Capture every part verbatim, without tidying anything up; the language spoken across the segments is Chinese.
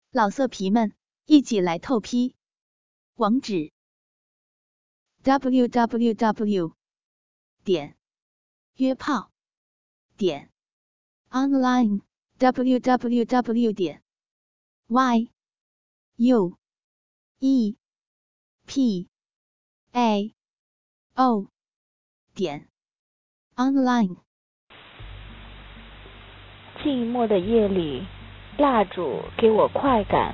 老色皮们，一起来透批！网址 ：double u double u double u 点约炮点 online double u double u double u 点 y u e p a o 点 online。 寂寞的夜里，蜡烛给我快感。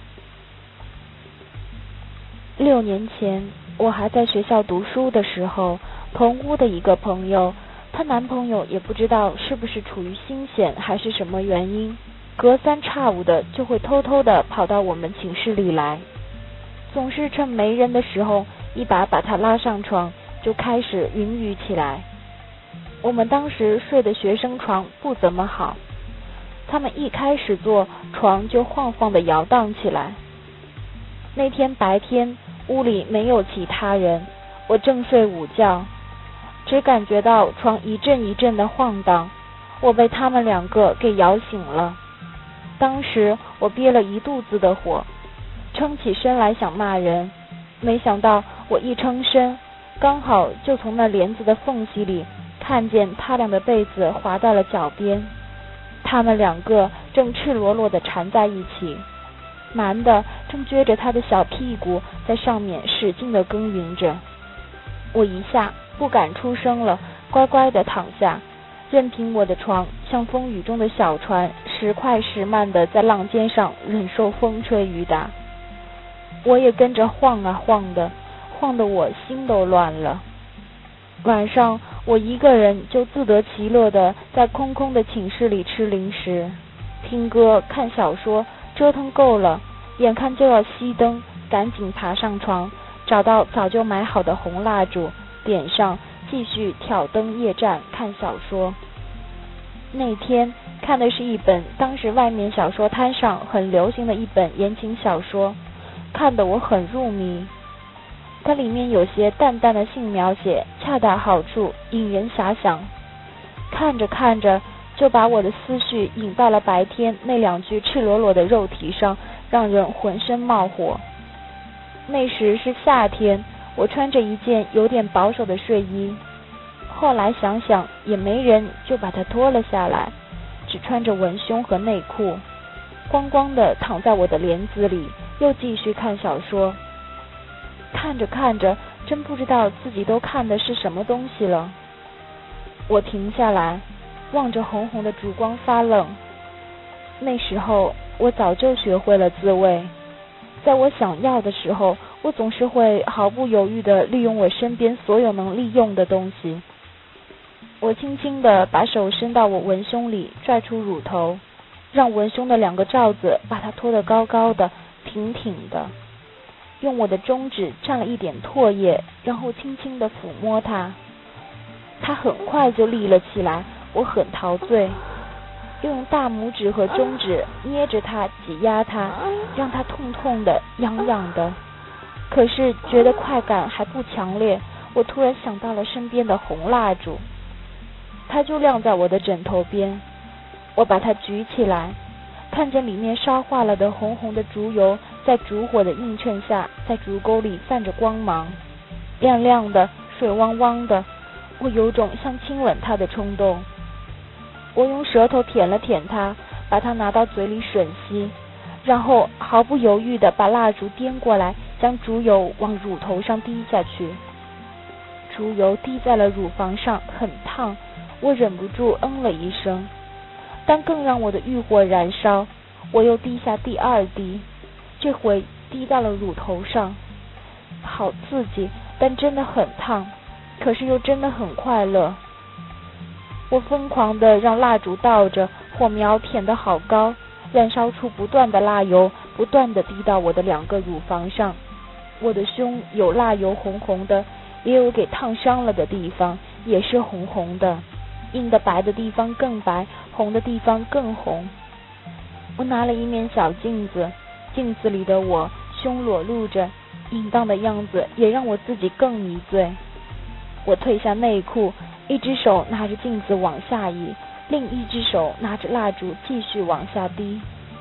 六年前，我还在学校读书的时候，同屋的一个朋友，她男朋友也不知道是不是处于心险还是什么原因，隔三差五的就会偷偷的跑到我们寝室里来，总是趁没人的时候，一把把她拉上床，就开始云雨起来。我们当时睡的学生床不怎么好，他们一开始坐，床就晃晃的摇荡起来。那天白天，屋里没有其他人，我正睡午觉，只感觉到床一阵一阵的晃荡，我被他们两个给摇醒了。当时我憋了一肚子的火，撑起身来想骂人，没想到我一撑身，刚好就从那帘子的缝隙里看见他俩的被子滑到了脚边，他们两个正赤裸裸地缠在一起，男的正撅着他的小屁股在上面使劲地耕耘着。我一下不敢出声了，乖乖地躺下，任凭我的床像风雨中的小船，时快时慢地在浪尖上忍受风吹雨打。我也跟着晃啊晃的，晃得我心都乱了。晚上我一个人就自得其乐地在空空的寝室里吃零食、听歌、看小说，折腾够了，眼看就要熄灯，赶紧爬上床，找到早就买好的红蜡烛，点上，继续挑灯夜战看小说。那天看的是一本当时外面小说摊上很流行的一本言情小说，看得我很入迷。它里面有些淡淡的性描写，恰到好处，引人遐想。看着看着，就把我的思绪引到了白天那两具赤裸裸的肉体上，让人浑身冒火。那时是夏天，我穿着一件有点保守的睡衣，后来想想也没人，就把它脱了下来，只穿着文胸和内裤，光光的躺在我的帘子里，又继续看小说。看着看着，真不知道自己都看的是什么东西了。我停下来，望着红红的烛光发愣。那时候我早就学会了自卫，在我想要的时候，我总是会毫不犹豫地利用我身边所有能利用的东西。我轻轻地把手伸到我文胸里，拽出乳头，让文胸的两个罩子把它托得高高的、挺挺的，用我的中指蘸了一点唾液，然后轻轻地抚摸它。它很快就立了起来，我很陶醉，又用大拇指和中指捏着它，挤压它，让它痛痛的、痒痒的。可是觉得快感还不强烈，我突然想到了身边的红蜡烛，它就晾在我的枕头边。我把它举起来，看见里面烧化了的红红的烛油在烛火的映衬下，在烛沟里泛着光芒，亮亮的，水汪汪的，我有种想亲吻它的冲动。我用舌头舔了舔它，把它拿到嘴里吮吸，然后毫不犹豫地把蜡烛颠过来，将烛油往乳头上滴下去。烛油滴在了乳房上，很烫，我忍不住嗯了一声。但更让我的欲火燃烧，我又滴下第二滴，这回滴到了乳头上，好刺激，但真的很烫，可是又真的很快乐。我疯狂地让蜡烛倒着，火苗舔得好高，燃烧出不断的蜡油，不断地滴到我的两个乳房上。我的胸有蜡油红红的，也有给烫伤了的地方，也是红红的，硬的白的地方更白，红的地方更红。我拿了一面小镜子，镜子里的我胸裸露着，淫荡的样子也让我自己更迷醉。我褪下内裤，一只手拿着镜子往下移，另一只手拿着蜡烛继续往下滴。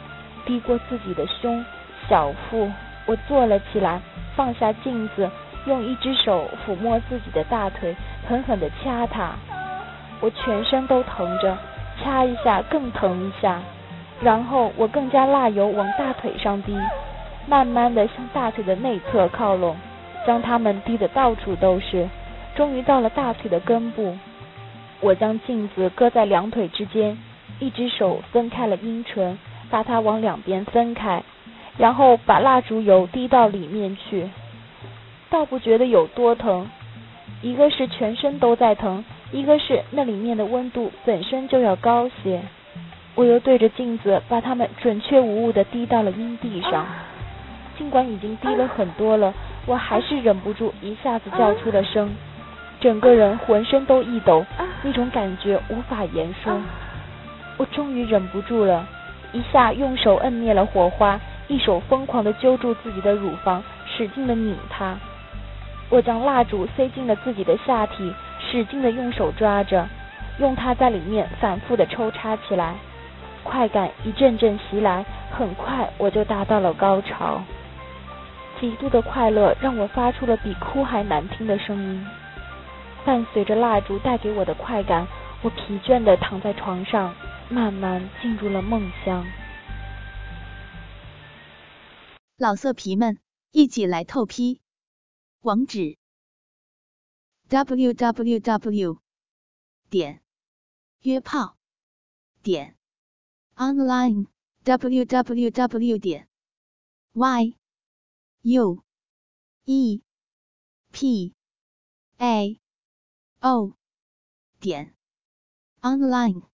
滴过自己的胸、小腹。我坐了起来，放下镜子，用一只手抚摸自己的大腿，狠狠地掐它。我全身都疼着，掐一下更疼一下，然后我更加辣油往大腿上滴，慢慢地向大腿的内侧靠拢，将它们滴得到处都是，终于到了大腿的根部。我将镜子搁在两腿之间，一只手分开了阴唇，把它往两边分开，然后把蜡烛油滴到里面去。倒不觉得有多疼，一个是全身都在疼，一个是那里面的温度本身就要高些。我又对着镜子把它们准确无误地滴到了阴蒂上，尽管已经滴了很多了，我还是忍不住一下子叫出了声，整个人浑身都一抖，那种感觉无法言说。我终于忍不住了，一下用手摁灭了火花，一手疯狂地揪住自己的乳房，使劲地拧它。我将蜡烛塞进了自己的下体，使劲地用手抓着，用它在里面反复地抽插起来。快感一阵阵袭来，很快我就达到了高潮。极度的快乐让我发出了比哭还难听的声音。伴随着蜡烛带给我的快感，我疲倦地躺在床上，慢慢进入了梦乡。 老色皮们，一起来透批！网址 ：double-u double-u double-u 点约炮点 online double-u double-u double-u 点 y u e p a o 点 online。